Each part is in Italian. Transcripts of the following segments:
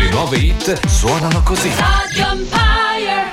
Le nuove hit suonano così. Radio Empire.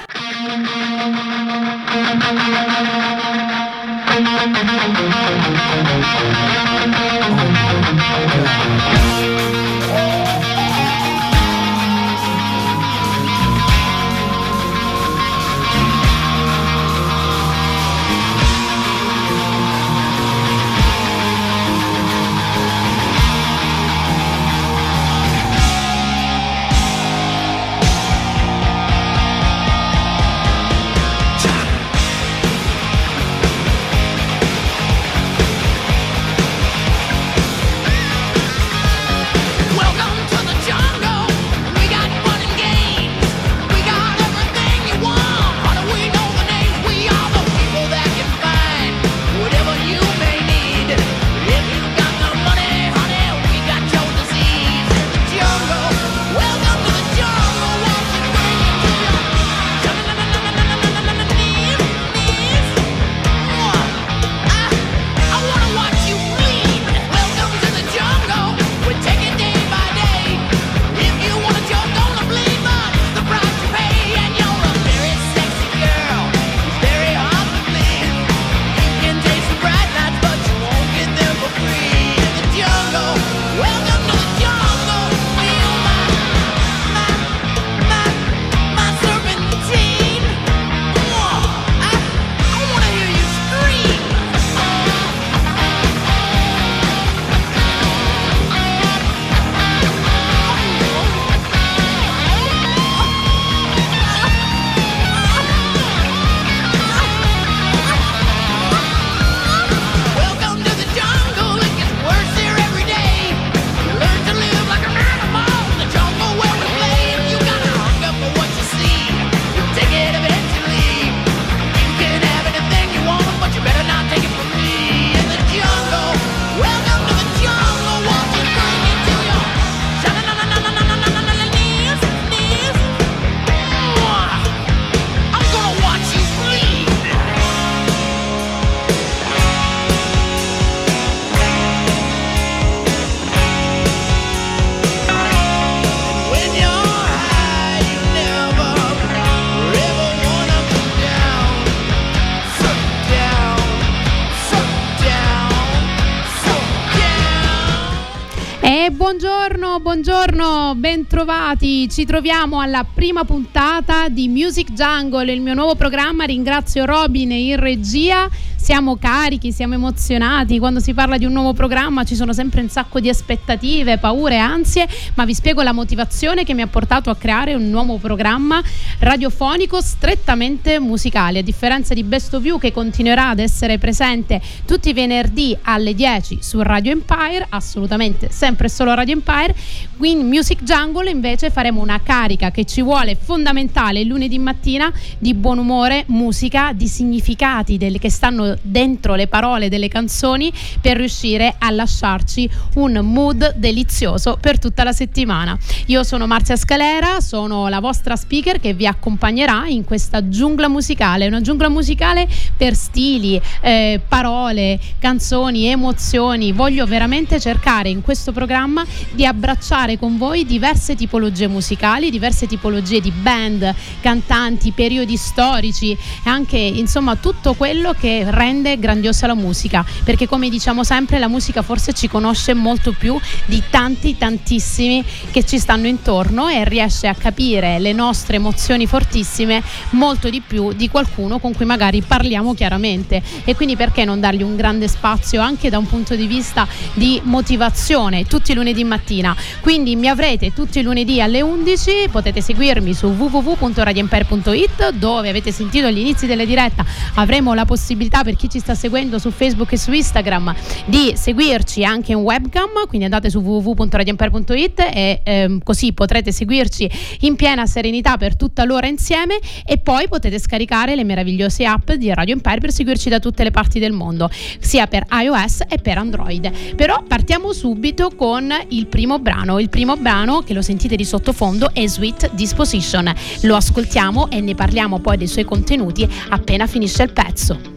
Buongiorno, bentrovati. Ci troviamo alla prima puntata di Music Jungle, il mio nuovo programma. Ringrazio Robin in regia. Siamo carichi, siamo emozionati. Quando si parla di un nuovo programma ci sono sempre un sacco di aspettative, paure, ansie, ma vi spiego la motivazione che mi ha portato a creare un nuovo programma radiofonico strettamente musicale. A differenza di Best of You, che continuerà ad essere presente tutti i venerdì alle 10 su Radio Empire, assolutamente sempre solo Radio Empire, qui in Music Jungle invece faremo una carica che ci vuole fondamentale il lunedì mattina di buon umore, musica, di significati che stanno dentro le parole delle canzoni, per riuscire a lasciarci un mood delizioso per tutta la settimana. Io sono Marzia Scalera, sono la vostra speaker che vi accompagnerà in questa giungla musicale, una giungla musicale per stili, parole, canzoni, emozioni. Voglio veramente cercare in questo programma di abbracciare con voi diverse tipologie musicali, diverse tipologie di band, cantanti, periodi storici e anche insomma tutto quello che rende grandiosa la musica, perché come diciamo sempre la musica forse ci conosce molto più di tantissimi che ci stanno intorno e riesce a capire le nostre emozioni fortissime molto di più di qualcuno con cui magari parliamo chiaramente, e quindi perché non dargli un grande spazio anche da un punto di vista di motivazione tutti i lunedì mattina. Quindi mi avrete tutti i lunedì alle 11, potete seguirmi su www.radioempire.it, dove avete sentito agli inizi della diretta avremo la possibilità, per chi ci sta seguendo su Facebook e su Instagram, di seguirci anche in webcam, quindi andate su www.radioempire.it e così potrete seguirci in piena serenità per tutta l'ora insieme, e poi potete scaricare le meravigliose app di Radio Empire per seguirci da tutte le parti del mondo, sia per iOS e per Android. Però partiamo subito con il primo brano. Il primo brano, che lo sentite di sottofondo, è Sweet Disposition. Lo ascoltiamo e ne parliamo poi dei suoi contenuti appena finisce il pezzo.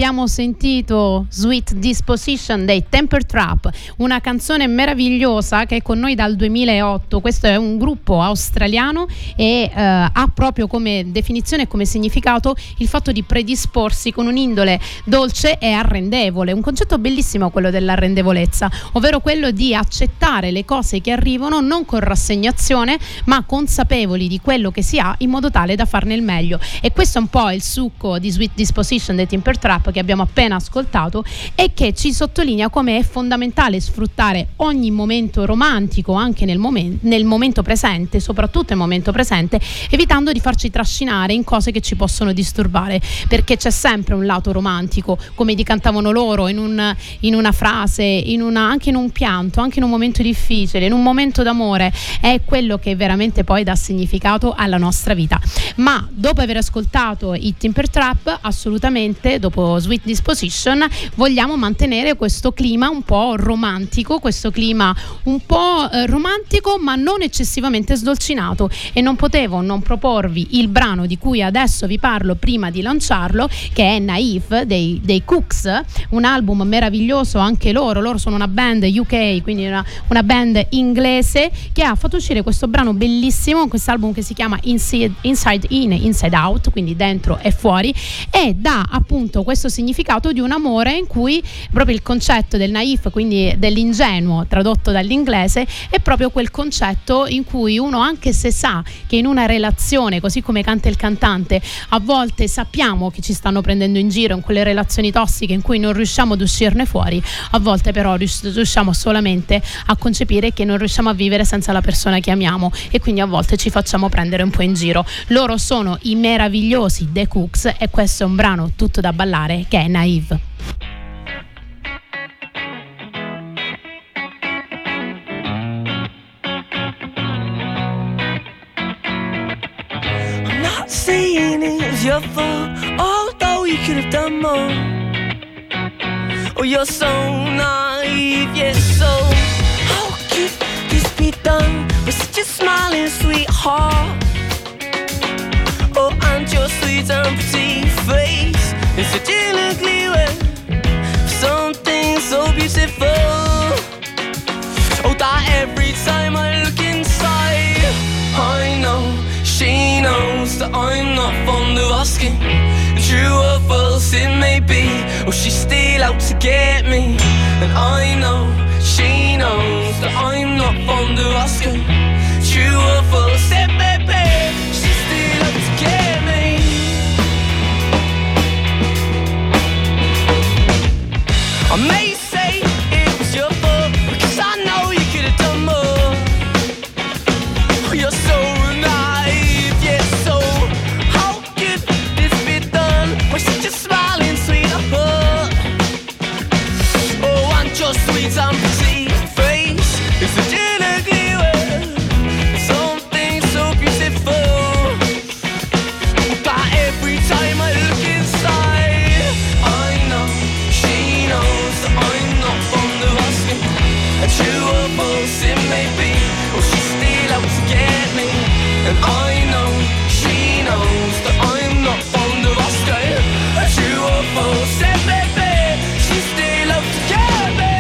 abbiamo sentito Sweet Disposition dei Temper Trap, una canzone meravigliosa che è con noi dal 2008. Questo è un gruppo australiano e ha proprio come definizione e come significato il fatto di predisporsi con un'indole dolce e arrendevole, un concetto bellissimo quello dell'arrendevolezza, ovvero quello di accettare le cose che arrivano non con rassegnazione ma consapevoli di quello che si ha, in modo tale da farne il meglio. E questo è un po' il succo di Sweet Disposition dei Temper Trap che abbiamo appena ascoltato e che ci sottolinea come è fondamentale sfruttare ogni momento romantico anche nel momento presente, soprattutto nel momento presente, evitando di farci trascinare in cose che ci possono disturbare, perché c'è sempre un lato romantico, come cantavano loro in una frase, anche in un pianto, anche in un momento difficile, in un momento d'amore, è quello che veramente poi dà significato alla nostra vita. Ma dopo aver ascoltato i Temper Trap, assolutamente, dopo Sweet Disposition, vogliamo mantenere questo clima un po' romantico, questo clima un po' romantico ma non eccessivamente sdolcinato, e non potevo non proporvi il brano di cui adesso vi parlo prima di lanciarlo, che è Naive dei Cooks, un album meraviglioso anche loro sono una band UK, quindi una band inglese che ha fatto uscire questo brano bellissimo, questo album che si chiama Inside In, Inside Out, quindi dentro e fuori, e dà appunto questo significato di un amore in cui proprio il concetto del naif, quindi dell'ingenuo tradotto dall'inglese, è proprio quel concetto in cui uno, anche se sa che in una relazione, così come canta il cantante, a volte sappiamo che ci stanno prendendo in giro, in quelle relazioni tossiche in cui non riusciamo ad uscirne fuori, a volte però riusciamo solamente a concepire che non riusciamo a vivere senza la persona che amiamo, e quindi a volte ci facciamo prendere un po' in giro. Loro sono i meravigliosi The Cooks e questo è un brano tutto da ballare che è Naive. I'm not saying it's your fault, although you could have done more. Oh, you're so naive, yet so how could this be done with such a smiling sweetheart? Oh, and your sweet and pretty face is such an ugly way for something so beautiful. Oh, that every time I look inside, I know she knows that I'm not fond of asking. True or false it may be, or she's still out to get me. And I know she knows that I'm not fond of asking. True or false it may be, she's still out to get me. I may say it was your fault, because I know you could have done more. Oh, you're so naive, yeah, so how could this be done with such a smiling sweetheart? Oh, and your sweet and pretty face is such an ugly way, something so beautiful, that every time I look inside, I know she knows that I'm not fond of asking. And true or false it may be, or she's still out to get me. And I know she knows that I'm not fond of asking. And true or false it may be, she's still out to get me.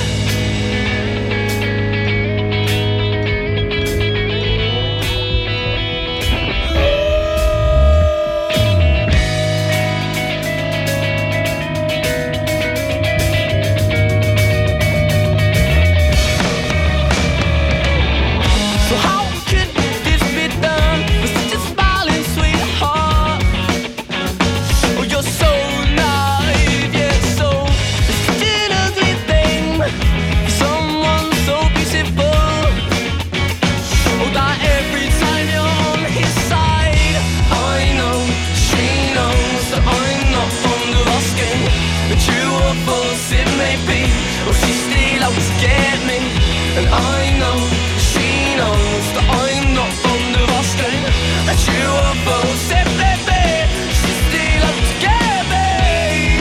So how could this be done with such a smiling sweetheart? Oh, you're so naive, yeah, so it's such an ugly thing for someone so beautiful. Oh, that every time you're on his side, I know she knows that I'm not fond of asking. But true or false it may be, or she's still out to get me. And I know she knows that I'm not fond of asking. And true or false it may be, she's still out to get me.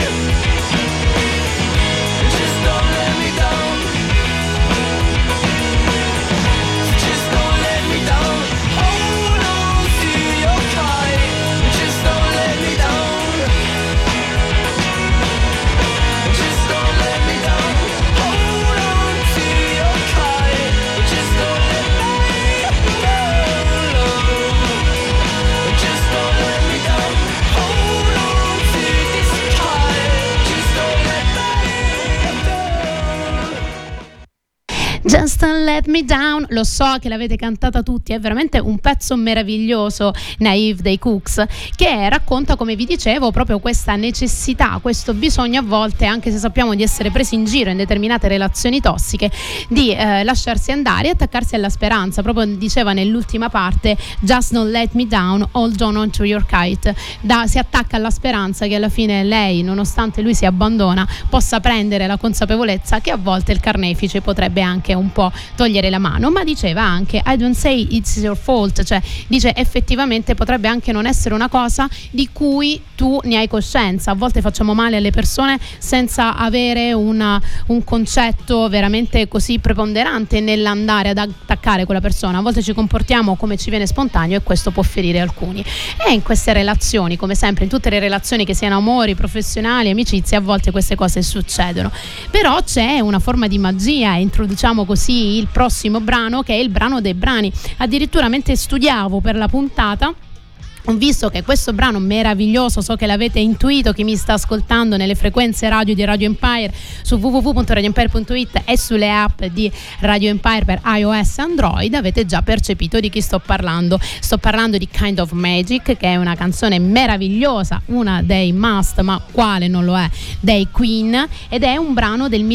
Just don't let me down. Just don't let me down. Hold on to your kite. Just don't let me down. Just Don't Let Me Down, lo so che l'avete cantata tutti, è veramente un pezzo meraviglioso, Naive dei Cooks, che racconta, come vi dicevo, proprio questa necessità, questo bisogno a volte, anche se sappiamo di essere presi in giro in determinate relazioni tossiche, di lasciarsi andare e attaccarsi alla speranza. Proprio diceva nell'ultima parte, Just Don't Let Me Down, hold on to your kite, si attacca alla speranza che alla fine lei, nonostante lui si abbandona, possa prendere la consapevolezza che a volte il carnefice potrebbe anche un po' togliere la mano. Ma diceva anche I don't say it's your fault, cioè dice effettivamente potrebbe anche non essere una cosa di cui tu ne hai coscienza. A volte facciamo male alle persone senza avere un concetto veramente così preponderante nell'andare ad attaccare quella persona. A volte ci comportiamo come ci viene spontaneo e questo può ferire alcuni. E in queste relazioni, come sempre in tutte le relazioni, che siano amori, professionali, amicizie, a volte queste cose succedono. Però c'è una forma di magia, e introduciamo così il prossimo brano, che è il brano dei brani. Addirittura mentre studiavo per la puntata ho visto che questo brano meraviglioso, so che l'avete intuito chi mi sta ascoltando nelle frequenze radio di Radio Empire su www.radioempire.it e sulle app di Radio Empire per iOS e Android, avete già percepito di chi sto parlando. Sto parlando di Kind of Magic, che è una canzone meravigliosa, una dei must, ma quale non lo è, dei Queen, ed è un brano del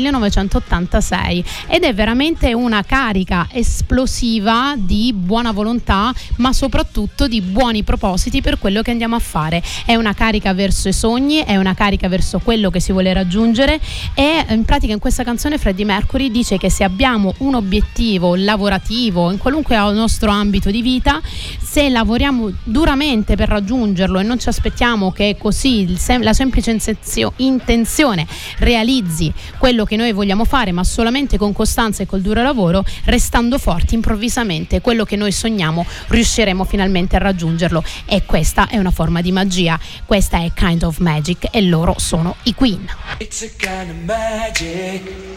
1986 ed è veramente una carica esplosiva di buona volontà, ma soprattutto di buoni propositi per quello che andiamo a fare. È una carica verso i sogni, è una carica verso quello che si vuole raggiungere, e in pratica in questa canzone Freddie Mercury dice che se abbiamo un obiettivo lavorativo in qualunque nostro ambito di vita, se lavoriamo duramente per raggiungerlo e non ci aspettiamo che così la semplice intenzione realizzi quello che noi vogliamo fare, ma solamente con costanza e col duro lavoro, restando forti, improvvisamente quello che noi sogniamo riusciremo finalmente a raggiungerlo. E questa è una forma di magia. Questa è Kind of Magic e loro sono i Queen. It's a kind of magic.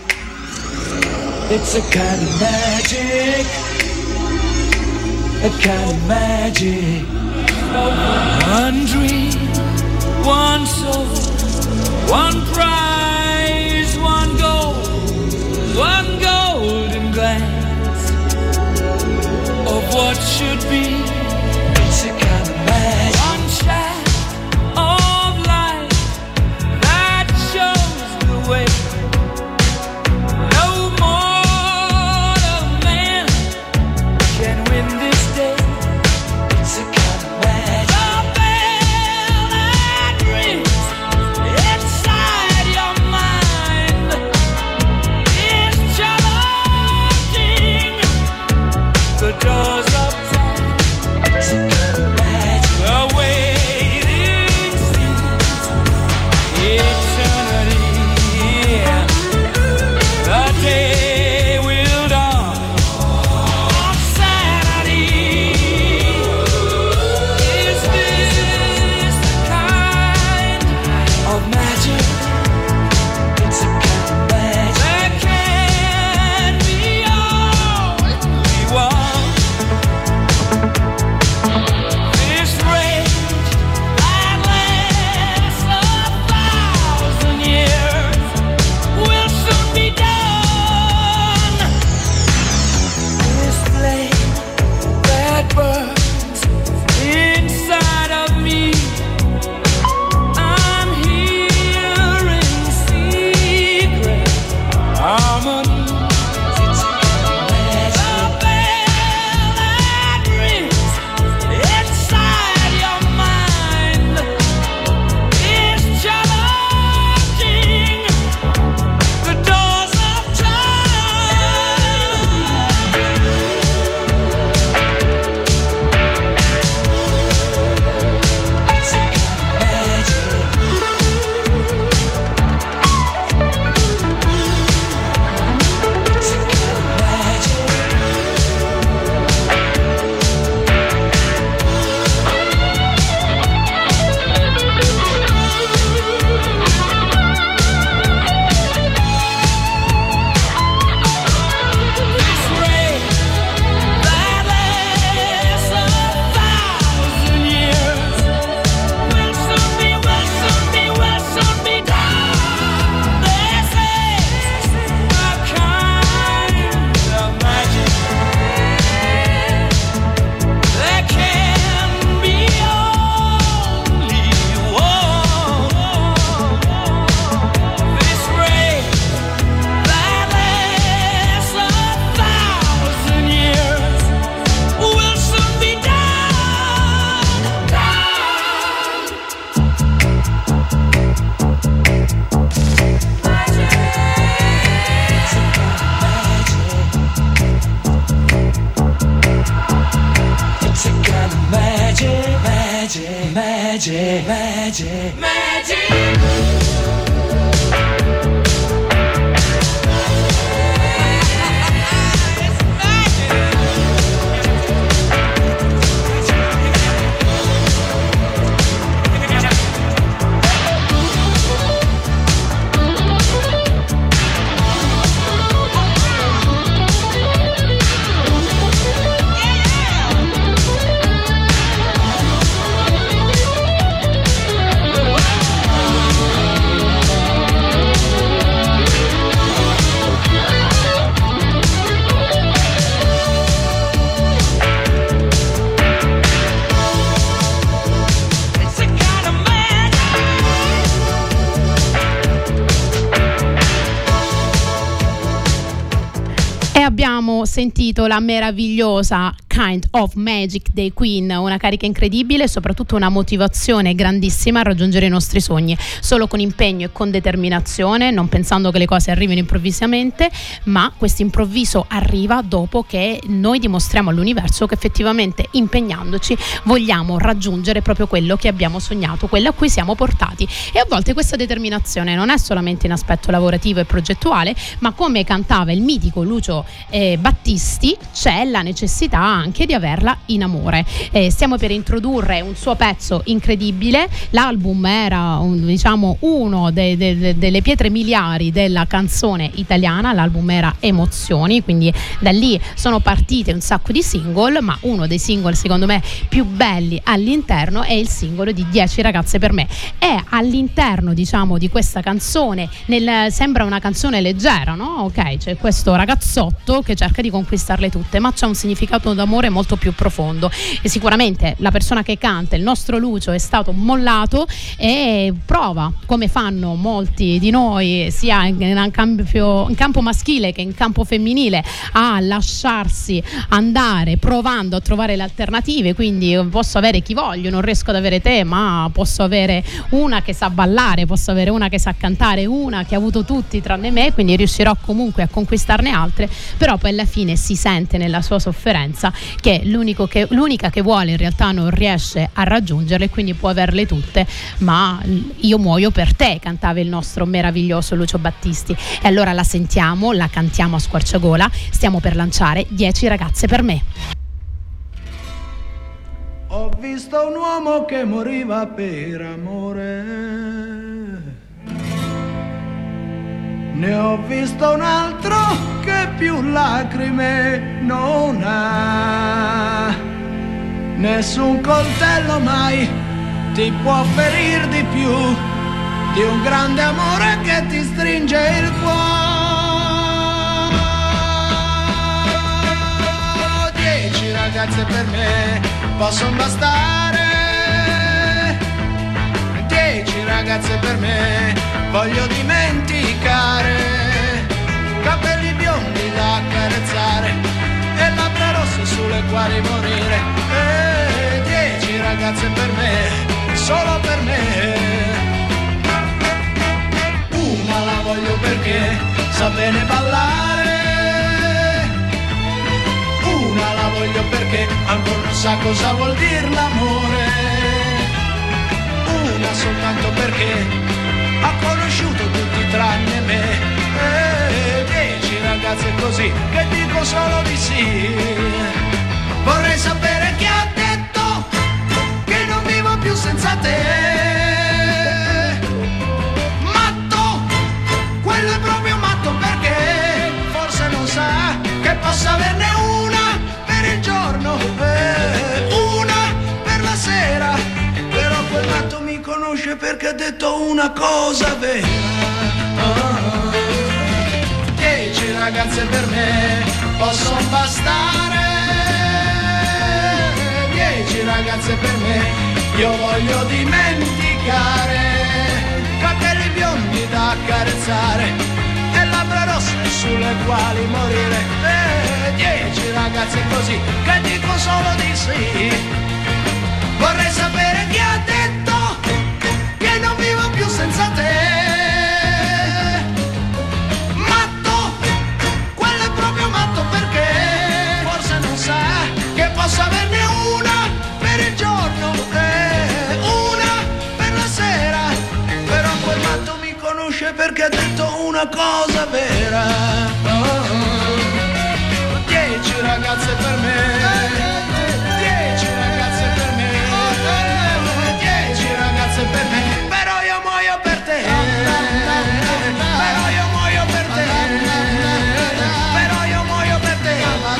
It's a kind of magic. A kind of magic. One dream, one soul, one prize, one golden glance of what should be. It's a kind of magic. One shaft of light that shows the way. No mortal man can win this day. It's a kind of magic. The bell that rings inside Magic, magic, magic. Abbiamo sentito la meravigliosa Kind of Magic dei Queen, una carica incredibile e soprattutto una motivazione grandissima a raggiungere i nostri sogni, solo con impegno e con determinazione, non pensando che le cose arrivino improvvisamente, ma questo improvviso arriva dopo che noi dimostriamo all'universo che effettivamente impegnandoci vogliamo raggiungere proprio quello che abbiamo sognato, quello a cui siamo portati. E a volte questa determinazione non è solamente in aspetto lavorativo e progettuale, ma come cantava il mitico Lucio Battisti, c'è la necessità anche di averla in amore. Stiamo per introdurre un suo pezzo incredibile. L'album era uno delle pietre miliari della canzone italiana, l'album era Emozioni, quindi da lì sono partite un sacco di single, ma uno dei single secondo me più belli all'interno è il singolo di 10 ragazze per me. È all'interno di questa canzone, sembra una canzone leggera, no? Ok, c'è questo ragazzotto che cerca di conquistarle tutte, ma c'è un significato d'amore molto più profondo e sicuramente la persona che canta, il nostro Lucio, è stato mollato e prova, come fanno molti di noi sia in campo maschile che in campo femminile, a lasciarsi andare provando a trovare le alternative. Quindi posso avere chi voglio, non riesco ad avere te, ma posso avere una che sa ballare, posso avere una che sa cantare, una che ha avuto tutti tranne me, quindi riuscirò comunque a conquistarne altre. Però poi alla fine si sente nella sua sofferenza che l'unica che vuole in realtà non riesce a raggiungerle, quindi può averle tutte, ma io muoio per te, cantava il nostro meraviglioso Lucio Battisti. E allora la sentiamo, la cantiamo a squarciagola, stiamo per lanciare 10 ragazze per me. Ho visto un uomo che moriva per amore, ne ho visto un altro che più lacrime non ha. Nessun coltello mai ti può ferir di più di un grande amore che ti stringe il cuore. 10 ragazze per me possono bastare, 10 ragazze per me voglio dimenticare, capelli biondi da accarezzare e labbra rosse sulle quali morire. 10 ragazze per me, solo per me. Una la voglio perché sa bene ballare, una la voglio perché ancora non sa cosa vuol dire l'amore, una soltanto perché ha conosciuto tutti tranne me. 10 ragazze così che dico solo di sì. Vorrei sapere chi ha detto che non vivo più senza te. Matto, quello è proprio matto perché forse non sa che possa averne una per il giorno, una per la sera. Però quel matto mi conosce perché ha detto una cosa vera. 10 ragazze per me possono bastare, 10 ragazze per me io voglio dimenticare, capelli biondi da accarezzare e labbra rosse sulle quali morire. 10 ragazze così che dico solo di sì. Vorrei sapere chi ha detto che non vivo più senza te. Posso averne una per il giorno, una ha detto una cosa vera. 10 ragazze per me, 10 ragazze per me, 10 ragazze per me, però io muoio per te, però io muoio per te, però io muoio per te.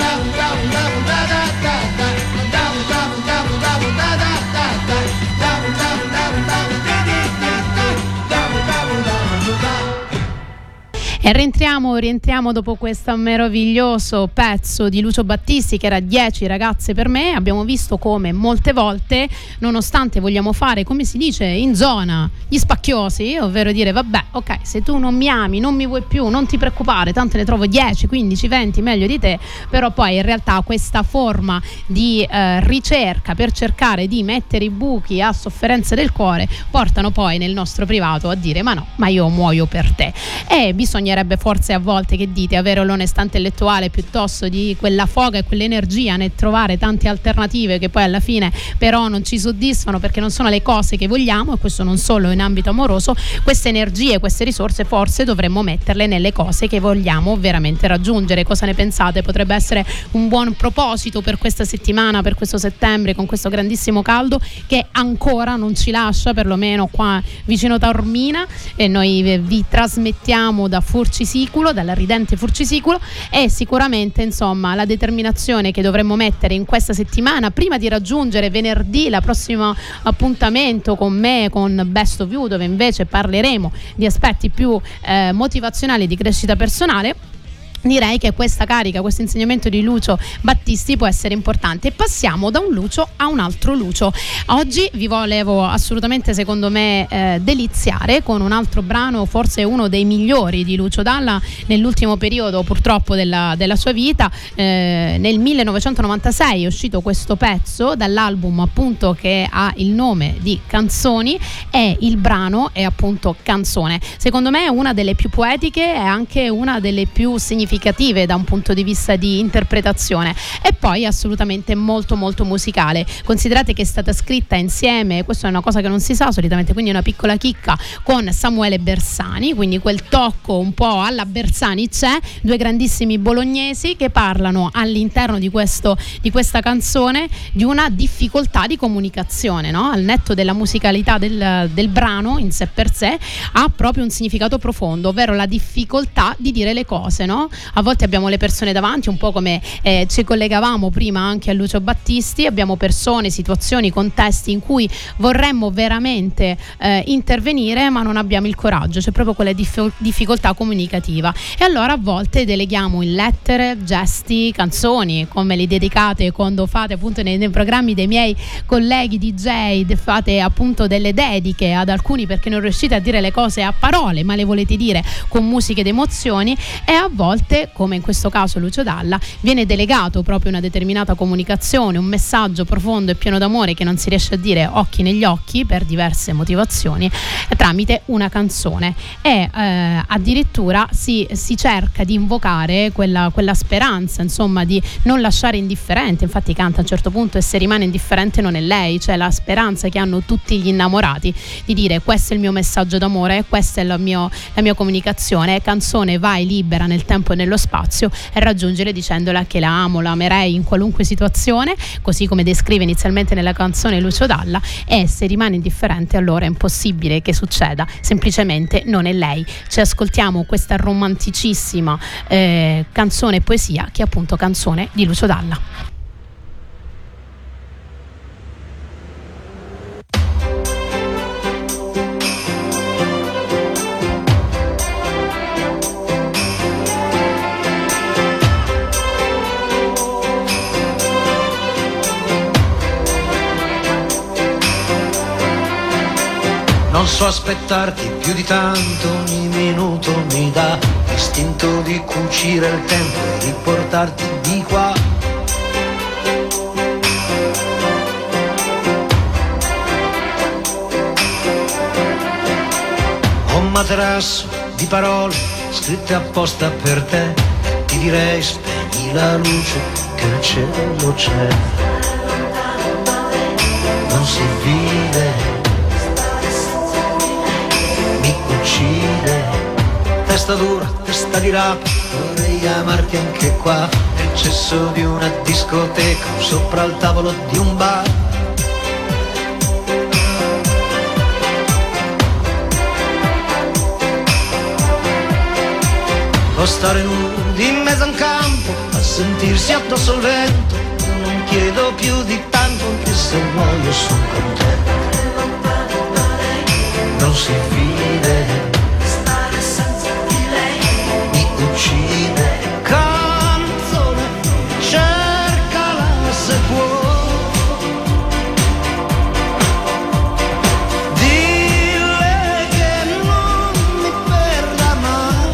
E rientriamo dopo questo meraviglioso pezzo di Lucio Battisti che era 10 ragazze per me. Abbiamo visto come molte volte, nonostante vogliamo fare, come si dice in zona, gli spacchiosi, ovvero dire vabbè, ok, se tu non mi ami, non mi vuoi più, non ti preoccupare, tanto ne trovo 10, 15, 20 meglio di te, però poi in realtà questa forma di ricerca per cercare di mettere i buchi a sofferenza del cuore portano poi nel nostro privato a dire ma no, ma io muoio per te. E bisognerebbe forse a volte, che dite, avere l'onestà intellettuale piuttosto di quella foga e quell'energia nel trovare tante alternative che poi alla fine però non ci soddisfano perché non sono le cose che vogliamo, e questo non solo in ambito amoroso. Queste energie, queste risorse forse dovremmo metterle nelle cose che vogliamo veramente raggiungere. Cosa ne pensate? Potrebbe essere un buon proposito per questa settimana, per questo settembre, con questo grandissimo caldo che ancora non ci lascia, perlomeno qua vicino Taormina, e noi vi trasmettiamo da Furcisiculo, dalla ridente Furcisiculo. E sicuramente insomma la determinazione che dovremmo mettere in questa settimana prima di raggiungere venerdì la prossima appuntamento con me, con Best of You, dove invece parleremo di aspetti più motivazionali di crescita personale. Direi che questa carica, questo insegnamento di Lucio Battisti può essere importante. E passiamo da un Lucio a un altro Lucio. Oggi vi volevo assolutamente, secondo me, deliziare con un altro brano, forse uno dei migliori di Lucio Dalla nell'ultimo periodo purtroppo della sua vita. Nel 1996 è uscito questo pezzo dall'album appunto che ha il nome di Canzoni, e il brano è appunto Canzone. Secondo me è una delle più poetiche e anche una delle più significative da un punto di vista di interpretazione, e poi assolutamente molto molto musicale. Considerate che è stata scritta insieme, questa è una cosa che non si sa solitamente, quindi una piccola chicca, con Samuele Bersani, quindi quel tocco un po' alla Bersani c'è, due grandissimi bolognesi che parlano all'interno di questa canzone di una difficoltà di comunicazione, no? Al netto della musicalità del brano in sé per sé, ha proprio un significato profondo, ovvero la difficoltà di dire le cose, no? A volte abbiamo le persone davanti, un po' come ci collegavamo prima anche a Lucio Battisti, abbiamo persone, situazioni, contesti in cui vorremmo veramente intervenire, ma non abbiamo il coraggio, c'è proprio quella difficoltà comunicativa, e allora a volte deleghiamo in lettere, gesti, canzoni, come le dedicate quando fate appunto nei programmi dei miei colleghi DJ, fate appunto delle dediche ad alcuni perché non riuscite a dire le cose a parole ma le volete dire con musiche ed emozioni, e a volte, come in questo caso Lucio Dalla, viene delegato proprio una determinata comunicazione, un messaggio profondo e pieno d'amore che non si riesce a dire occhi negli occhi per diverse motivazioni, tramite una canzone, e addirittura si cerca di invocare quella speranza, insomma, di non lasciare indifferente. Infatti canta a un certo punto: e se rimane indifferente non è lei, cioè la speranza che hanno tutti gli innamorati di dire questo è il mio messaggio d'amore, questa è la mia comunicazione. Canzone, vai libera nel tempo e nello spazio, e raggiungere dicendola che la amo, la amerei in qualunque situazione, così come descrive inizialmente nella canzone Lucio Dalla. E se rimane indifferente allora è impossibile che succeda, semplicemente non è lei. Ci ascoltiamo questa romanticissima canzone e poesia che è appunto Canzone di Lucio Dalla. Non so aspettarti più di tanto, ogni minuto mi dà l'istinto di cucire il tempo e riportarti di qua. Ho un materasso di parole scritte apposta per te, ti direi spegni la luce che nel cielo c'è. Non si vive, mi uccide testa dura, testa di rapa, vorrei amarti anche qua, nel cesso di una discoteca, sopra il tavolo di un bar. O stare nudi in mezzo a un campo, a sentirsi addosso al vento, non chiedo più di tanto, anche se muoio son contento. Non si fide, stare senza di lei mi uccide. Canzone, cercala se può. Dille che non mi perda mai.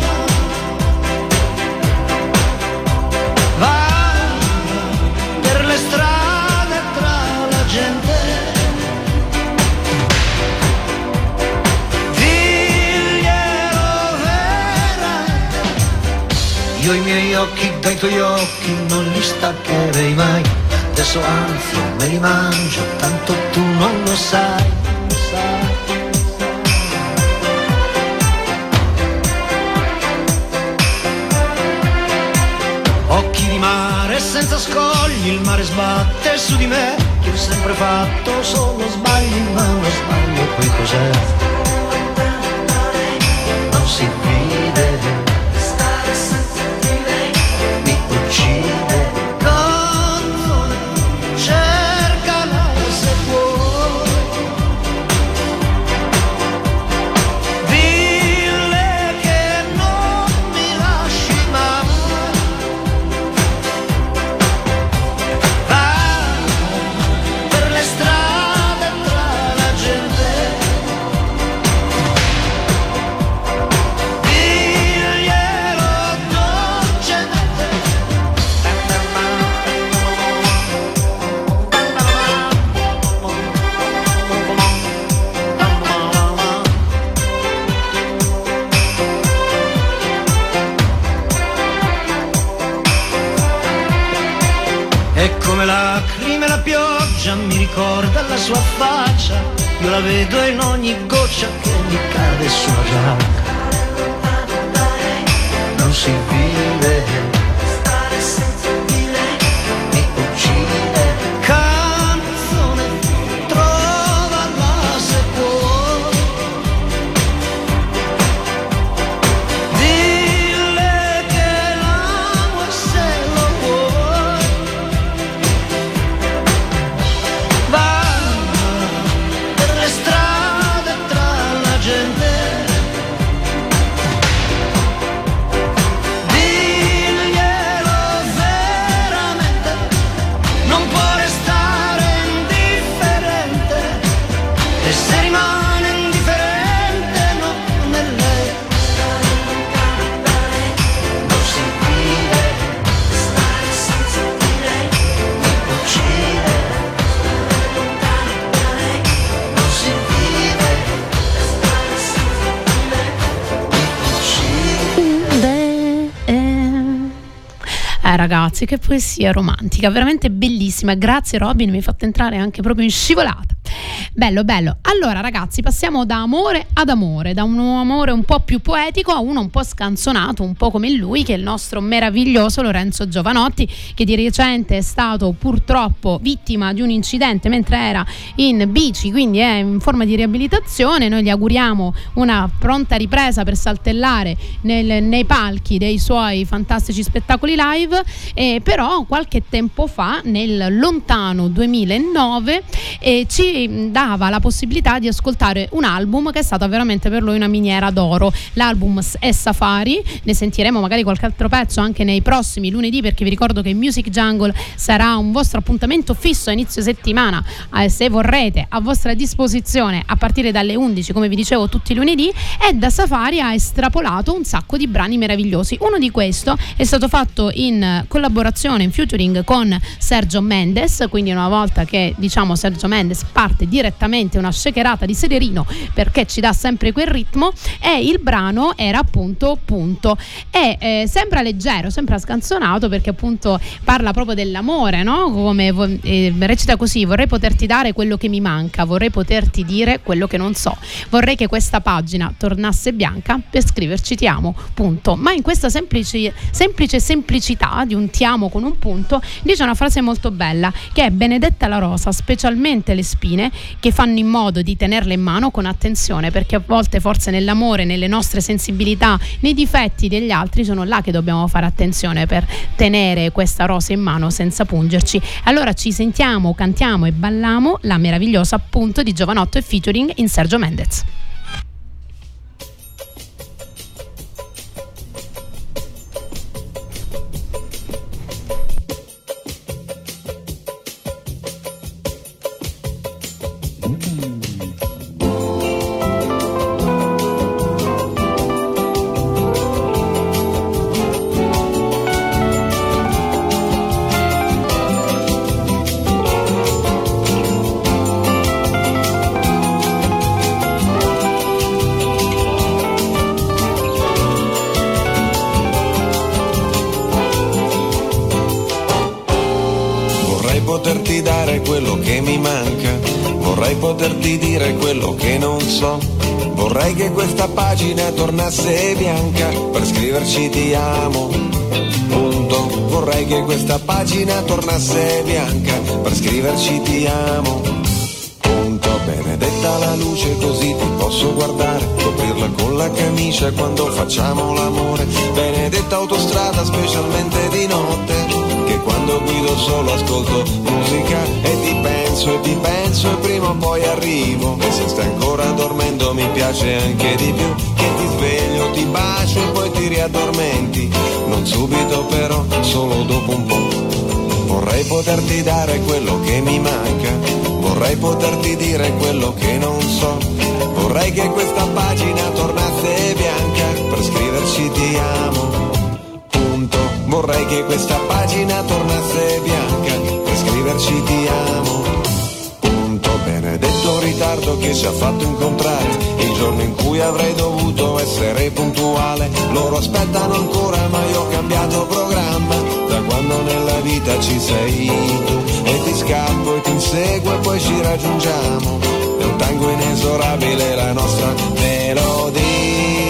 Va per le strade tra la gente. Io i miei occhi dai tuoi occhi non li staccherei mai. Adesso anzi me li mangio, tanto tu non lo sai, non lo sai. Occhi di mare senza scogli, il mare sbatte su di me. Che ho sempre fatto solo sbagli, ma uno sbaglio poi cos'è? Non si vede. Mi ricorda la sua faccia, io la vedo in ogni goccia che mi cade sulla giacca. Non si vive, stare senza di lei mi uccide. Canzone, trovala se può. Dille che l'amo e se lo vuoi. Ragazzi, che poesia romantica, veramente bellissima. Grazie Robin, mi hai fatto entrare anche proprio in scivolata. Bello, bello. Allora ragazzi, passiamo da amore ad amore, da un amore un po' più poetico a uno un po' scanzonato, un po' come lui, che è il nostro meraviglioso Lorenzo Giovanotti, che di recente è stato purtroppo vittima di un incidente mentre era in bici, quindi è in forma di riabilitazione. Noi gli auguriamo una pronta ripresa per saltellare nei palchi dei suoi fantastici spettacoli live. Però qualche tempo fa, nel lontano 2009, ci dava la possibilità di ascoltare un album che è stata veramente per lui una miniera d'oro. L'album è Safari, ne sentiremo magari qualche altro pezzo anche nei prossimi lunedì, perché vi ricordo che Music Jungle sarà un vostro appuntamento fisso a inizio settimana, se vorrete, a vostra disposizione a partire dalle 11, come vi dicevo, tutti i lunedì. E da Safari ha estrapolato un sacco di brani meravigliosi. Uno di questo è stato fatto in in collaborazione, in featuring con Sergio Mendes, quindi una volta che diciamo Sergio Mendes parte direttamente una shakerata di Severino perché ci dà sempre quel ritmo, e il brano era appunto Punto. E sembra leggero, sembra scanzonato perché appunto parla proprio dell'amore, no? Come recita così: vorrei poterti dare quello che mi manca, vorrei poterti dire quello che non so, vorrei che questa pagina tornasse bianca per scriverci ti amo, punto. Ma in questa semplice semplicità di un ti amo con un punto dice una frase molto bella, che è: benedetta la rosa, specialmente le spine, che fanno in modo di tenerle in mano con attenzione, perché a volte forse nell'amore, nelle nostre sensibilità, nei difetti degli altri sono là che dobbiamo fare attenzione per tenere questa rosa in mano senza pungerci. Allora ci sentiamo, cantiamo e balliamo la meravigliosa Punto di Giovanotto e featuring in Sergio Mendes. Poterti dare quello che mi manca, vorrei poterti dire quello che non so, vorrei che questa pagina tornasse bianca per scriverci ti amo, punto. Vorrei che questa pagina tornasse bianca per scriverci ti amo, punto. Benedetta la luce, così ti posso guardare, coprirla con la camicia quando facciamo l'amore. Benedetta autostrada, specialmente di notte, che quando guido solo ascolto musica e ti penso e prima o poi arrivo. E se stai ancora dormendo mi piace anche di più, che ti sveglio, ti bacio e poi ti riaddormenti, non subito però, solo dopo un po'. Vorrei poterti dare quello che mi manca, vorrei poterti dire quello che non so, vorrei che questa pagina tornasse bianca per scriverci ti amo, punto. Vorrei che questa pagina tornasse bianca per scriverci ti amo, punto. Benedetto ritardo che ci ha fatto incontrare il giorno in cui avrei dovuto essere puntuale. Loro aspettano ancora ma io ho cambiato programma, da quando nella vita ci sei tu, e ti scappo e ti inseguo e poi ci raggiungiamo. È un tango inesorabile la nostra melodia.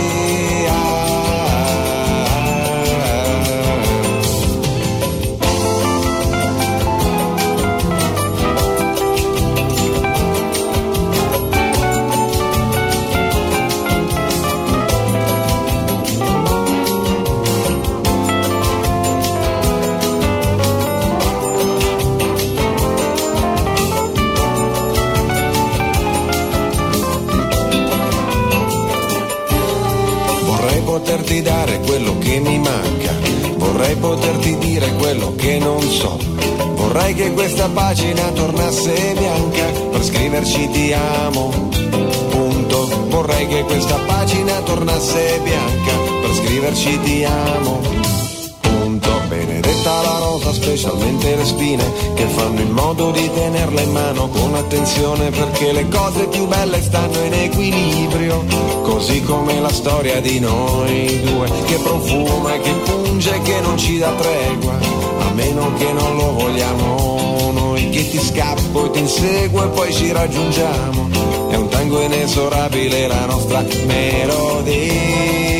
Poterti dare quello che mi manca, vorrei poterti dire quello che non so, vorrei che questa pagina tornasse bianca per scriverci ti amo, punto. Vorrei che questa pagina tornasse bianca per scriverci ti amo, punto. Benedetta la rosa, specialmente le spine, che fanno in modo di tenerla in mano con attenzione, perché le cose più belle stanno in equilibrio, così come la storia di noi due, che profuma e che punge e che non ci dà tregua, a meno che non lo vogliamo noi, che ti scappo e ti inseguo e poi ci raggiungiamo. È un tango inesorabile la nostra melodia.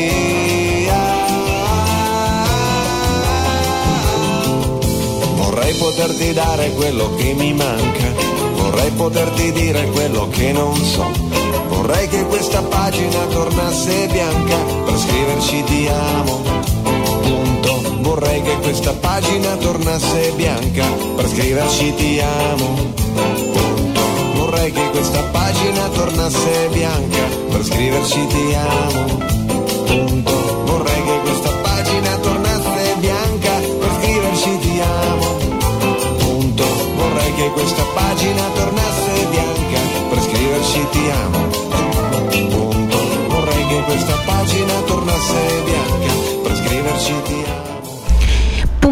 Vorrei poterti dare quello che mi manca, vorrei poterti dire quello che non so, vorrei che questa pagina tornasse bianca per scriverci ti amo, punto. Vorrei che questa pagina tornasse bianca per scriverci ti amo, punto. Vorrei che questa pagina tornasse bianca per scriverci ti amo, punto. Vorrei che questa pagina tornasse bianca per scriverci ti amo, punto. Vorrei che questa pagina tornasse bianca per scriverci ti amo, punto. Vorrei che questa pagina tornasse bianca per scriverci ti amo.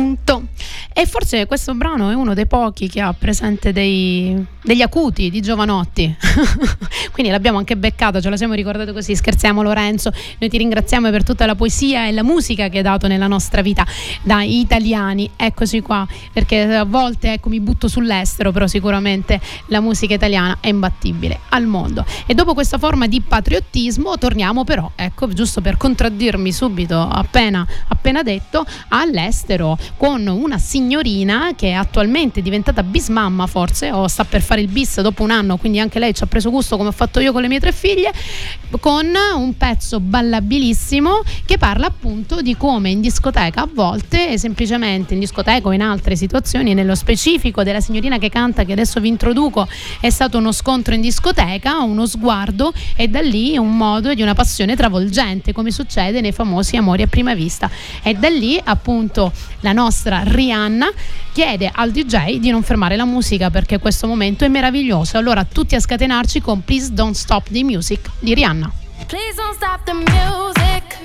E forse questo brano è uno dei pochi che ha presente degli acuti di Jovanotti. Quindi l'abbiamo anche beccato, ce la siamo ricordato così. Scherziamo, Lorenzo, noi ti ringraziamo per tutta la poesia e la musica che hai dato nella nostra vita da italiani. Eccoci qua, perché a volte mi butto sull'estero, però sicuramente la musica italiana è imbattibile al mondo. E dopo questa forma di patriottismo torniamo però, giusto per contraddirmi subito appena detto, all'estero, con una signorina che è attualmente diventata bismamma forse, o sta per fare il bis dopo un anno, quindi anche lei ci ha preso gusto come ho fatto io con le mie 3 figlie, con un pezzo ballabilissimo che parla appunto di come in discoteca a volte, semplicemente in discoteca o in altre situazioni, nello specifico della signorina che canta, che adesso vi introduco, è stato uno scontro in discoteca, uno sguardo, e da lì un modo di una passione travolgente, come succede nei famosi Amori a prima vista. E da lì appunto la nostra Rihanna chiede al DJ di non fermare la musica, perché questo momento è meraviglioso. Allora tutti a scatenarci con Please Don't Stop the Music di Rihanna. Please don't stop the music.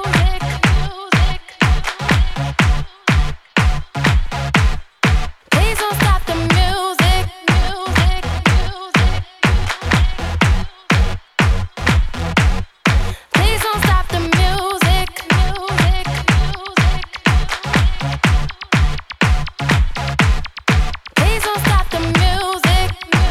Please don't stop the music. Please don't stop the music. Please don't stop the music.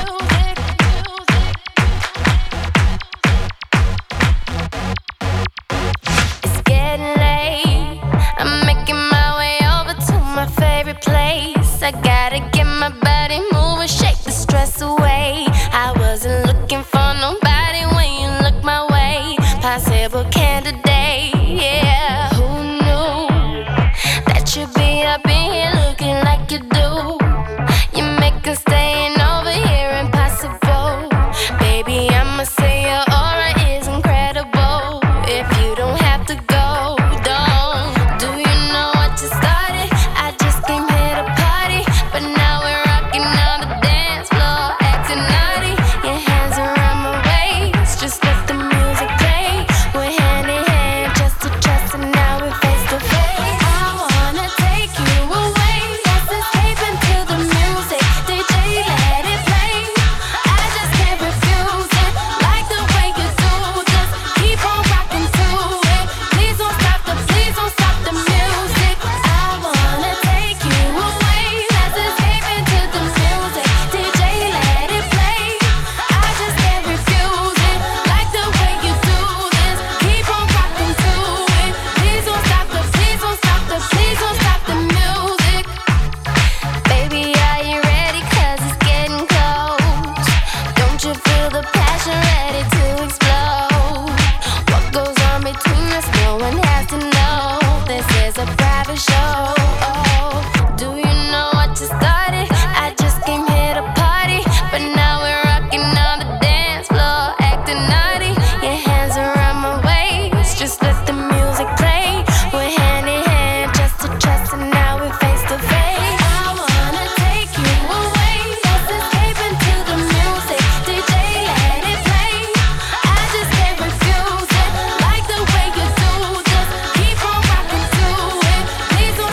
It's getting late. I'm making my way over to my favorite place. I gotta get my body moving, shake the stress away. I wasn't looking for nobody when you look my way. Possible candidate, yeah. Who knew that you'd be up in here looking like you do? You make us staying over here impossible. Baby, I'ma say your aura is incredible. If you don't have to go, don't. Do you know what you started? I just came here to party, but now we're rocking on the dance floor, acting naughty. Your hands around my waist, just let the music play. We're hand in hand, just to trust, and now we're face to face. I wanna take you away, let's escape into the music. DJ, let it play. I just can't refuse it, like the way you do. Just keep on rocking to it. Please don't stop the music. I wanna take you away, let's escape into the music. DJ, let it play. I just can't refuse it, like the way you do this. Keep on rocking to it. Please don't stop the music. Baby, are you ready? 'Cause it's getting close. Don't you feel the passion ready to explode? What goes on between us, no one has to know. This is a private show. Do you know what you started? I just came here to party, but now we're rocking on the dance floor, acting naughty. Your hands around my waist, just let the music play. We're hand in hand, just to trust, and now we're face to face. I wanna take you away, let's escape into the music. DJ, let it play. I just can't refuse it, like the way you do. Just keep on rocking to it. Please don't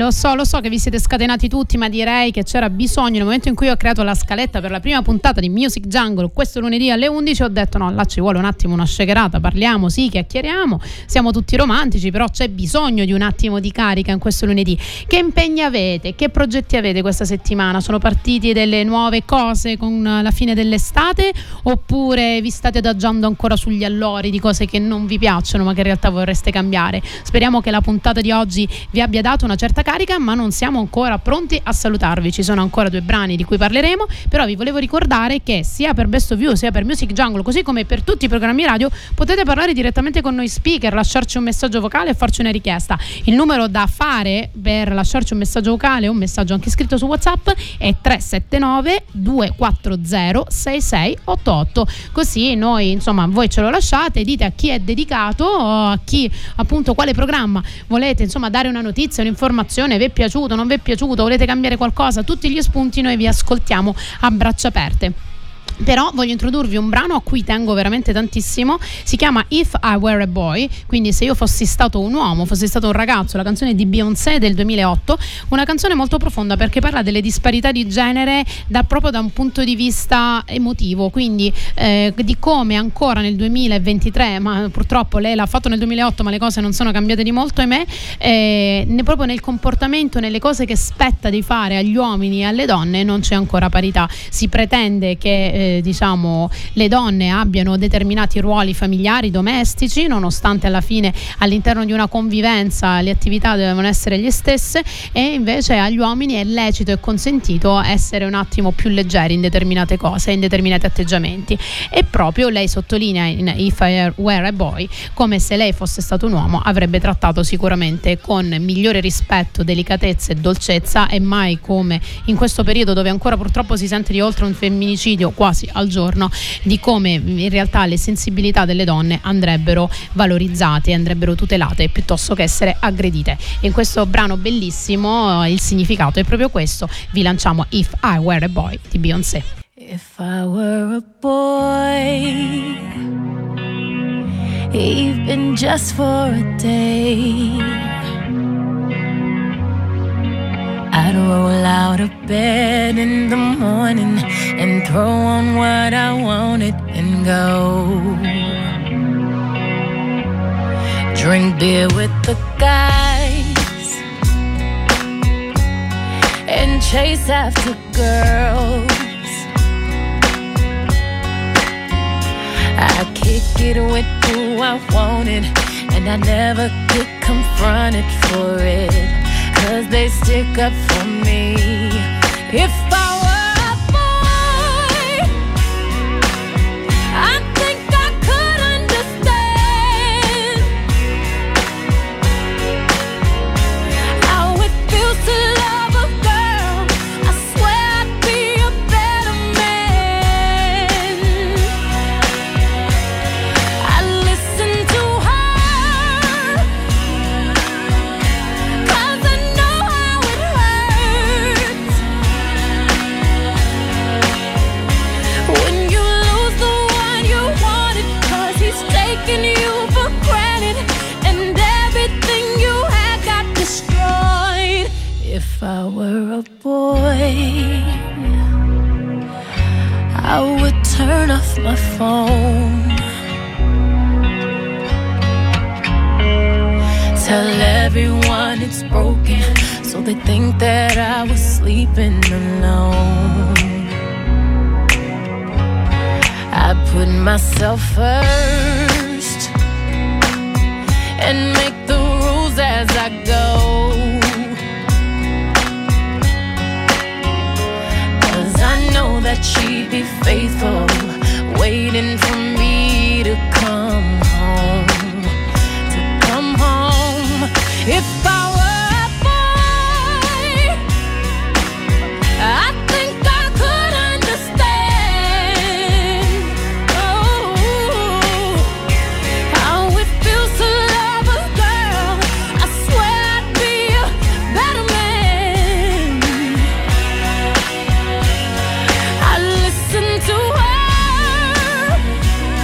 lo so che vi siete scatenati tutti, ma direi che c'era bisogno. Nel momento in cui ho creato la scaletta per la prima puntata di Music Jungle questo lunedì alle 11, ho detto no, là ci vuole un attimo una shakerata, parliamo, sì, chiacchieriamo, siamo tutti romantici, però c'è bisogno di un attimo di carica in questo lunedì. Che impegni avete? Che progetti avete questa settimana? Sono partiti delle nuove cose con la fine dell'estate, oppure vi state adagiando ancora sugli allori di cose che non vi piacciono ma che in realtà vorreste cambiare? Speriamo che la puntata di oggi vi abbia dato una certa carica, ma non siamo ancora pronti a salutarvi. Ci sono ancora 2 brani di cui parleremo, però vi volevo ricordare che sia per Best of You sia per Music Jungle, così come per tutti i programmi radio, potete parlare direttamente con noi speaker, lasciarci un messaggio vocale e farci una richiesta. Il numero da fare per lasciarci un messaggio vocale o un messaggio anche scritto su WhatsApp è 379 240 6688, così noi, insomma, voi ce lo lasciate, dite a chi è dedicato, a chi appunto quale programma volete, insomma, dare una notizia, un'informazione, vi è piaciuto, non vi è piaciuto, volete cambiare qualcosa, tutti gli spunti noi vi ascoltiamo a braccia aperte. Però voglio introdurvi un brano a cui tengo veramente tantissimo, si chiama If I Were a Boy, quindi se io fossi stato un uomo, fossi stato un ragazzo, la canzone di Beyoncé del 2008, una canzone molto profonda perché parla delle disparità di genere proprio da un punto di vista emotivo, quindi di come ancora nel 2023, ma purtroppo lei l'ha fatto nel 2008 ma le cose non sono cambiate di molto, ahimè, proprio nel comportamento, nelle cose che spetta di fare agli uomini e alle donne non c'è ancora parità. Si pretende che diciamo le donne abbiano determinati ruoli familiari, domestici, nonostante alla fine all'interno di una convivenza le attività devono essere le stesse, e invece agli uomini è lecito e consentito essere un attimo più leggeri in determinate cose, in determinati atteggiamenti. E proprio lei sottolinea in If I Were a Boy come se lei fosse stato un uomo avrebbe trattato sicuramente con migliore rispetto, delicatezza e dolcezza, e mai come in questo periodo dove ancora purtroppo si sente di oltre un femminicidio quasi al giorno, di come in realtà le sensibilità delle donne andrebbero valorizzate, andrebbero tutelate piuttosto che essere aggredite. In questo brano bellissimo il significato è proprio questo. Vi lanciamo If I Were a Boy di Beyoncé. If I were a boy, even just for a day, I'd roll out of bed in the morning and throw on what I wanted and go. Drink beer with the guys and chase after girls. I kick it with who I wanted, and I never get confronted for it, 'cause they stick up for me. If I were a boy, I think I could understand how it feels to love a girl. I swear I'd be a better man. I listen to her, 'cause I know how it hurts when you lose the one you wanted, 'cause he's taking you for granted and everything you had got destroyed. If I were a boy, I would turn off my phone, tell everyone it's broken, so they think that I was sleeping alone. I put myself first and make the rules as I go, 'cause I know that she'd be faithful, waiting for me to come home, to come home. If I were a boy, I think I could understand, oh, how it feels to love a girl. I swear I'd be a better man. I listen to her,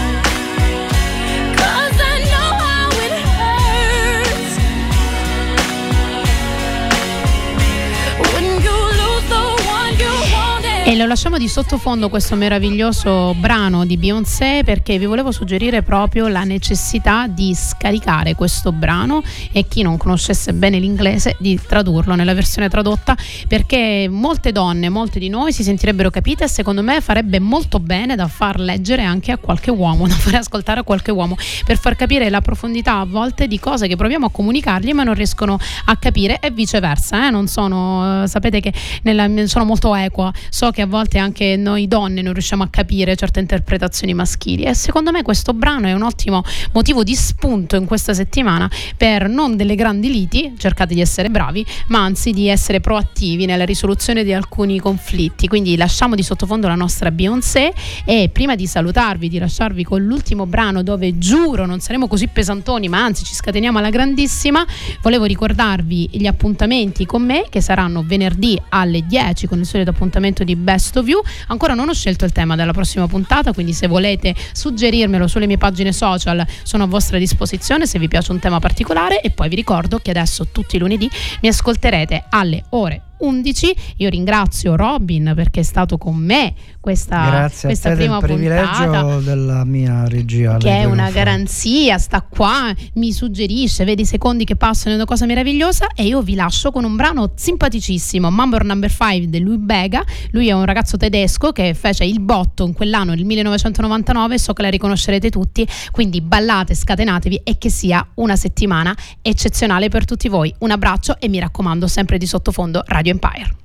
E lo lasciamo di sottofondo questo meraviglioso brano di Beyoncé perché vi volevo suggerire proprio la necessità di scaricare questo brano e chi non conoscesse bene l'inglese di tradurlo nella versione tradotta, perché molte donne, molte di noi si sentirebbero capite e secondo me farebbe molto bene da far leggere anche a qualche uomo, da fare ascoltare a qualche uomo, per far capire la profondità a volte di cose che proviamo a comunicargli ma non riescono a capire e viceversa. Non sono, sapete che sono molto equa, so che a volte anche noi donne non riusciamo a capire certe interpretazioni maschili e secondo me questo brano è un ottimo motivo di spunto in questa settimana per non delle grandi liti, cercate di essere bravi, ma anzi di essere proattivi nella risoluzione di alcuni conflitti. Quindi lasciamo di sottofondo la nostra Beyoncé e prima di salutarvi, di lasciarvi con l'ultimo brano dove giuro non saremo così pesantoni ma anzi ci scateniamo alla grandissima, volevo ricordarvi gli appuntamenti con me che saranno venerdì alle 10 con il solito appuntamento di Best of You. Ancora non ho scelto il tema della prossima puntata, quindi se volete suggerirmelo sulle mie pagine social sono a vostra disposizione se vi piace un tema particolare. E poi vi ricordo che adesso tutti i lunedì mi ascolterete alle ore 11. Io ringrazio Robin perché è stato con me questa prima puntata della mia regia, che è una garanzia, sta qua, mi suggerisce, vedi i secondi che passano, è una cosa meravigliosa. E io vi lascio con un brano simpaticissimo, Mambo No. 5 di Louis Bega. Lui è un ragazzo tedesco che fece il botto in quell'anno, nel 1999, so che la riconoscerete tutti, quindi ballate, scatenatevi e che sia una settimana eccezionale per tutti voi. Un abbraccio e mi raccomando sempre di sottofondo Radio Empire.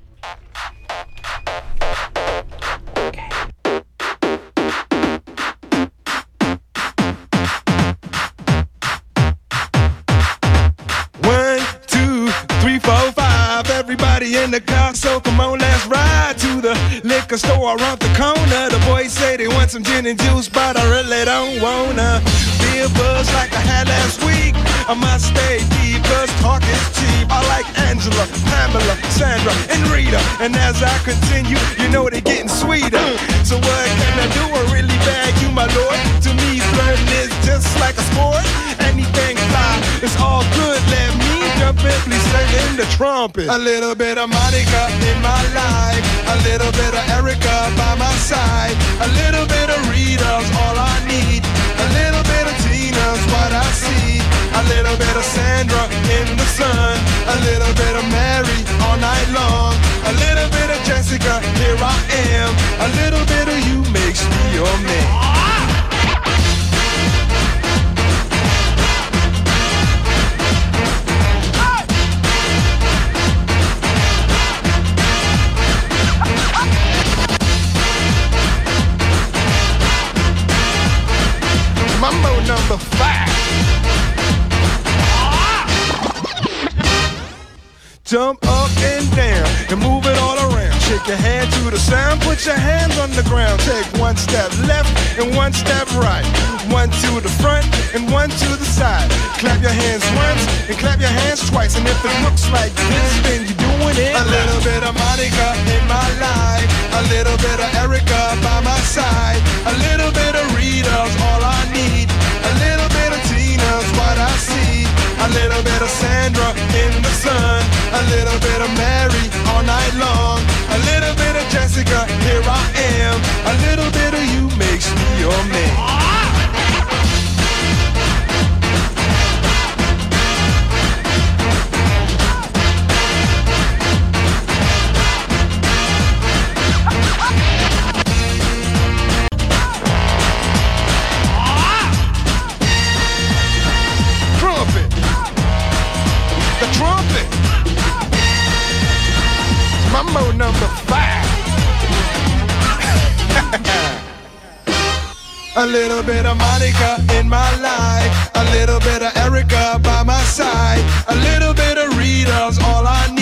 Everybody in the car, so come on, let's ride to the liquor store around the corner. The boys say they want some gin and juice, but I really don't wanna be a buzz like I had last week. I must stay deep, cause talk is cheap. I like Angela, Pamela, Sandra, and Rita. And as I continue, you know they're getting sweeter. So what can I do? I really bag you, my lord. To me, flirting is just like a sport. Anything fly, it's all good. Let me jump in, please sing in the trumpet. A little bit of Monica in my life, a little bit of Erica by my side, a little bit of Rita's all I need, a little bit of Tina's what I see, a little bit of Sandra in the sun, a little bit of Mary all night long, a little bit of Jessica, here I am, a little bit of you makes me your man. Mambo No. 5. Jump up and down and move it all around. Shake your hand to the sound, put your hands on the ground. Take one step left and one step right. One to the front and one to the side. Clap your hands once and clap your hands twice. And if it looks like this, then you're doing it. A little bit of Monica in my life, a little bit of Erica by my side, a little bit of Rita's all I need, a little bit of Tina's what I see, a little bit of Sandra in the sun, a little bit of Mary all night long, a little bit of Jessica, here I am, a little bit of you makes me your man. Mambo No. 5. A little bit of Monica in my life, a little bit of Erica by my side, a little bit of Rita's all I need.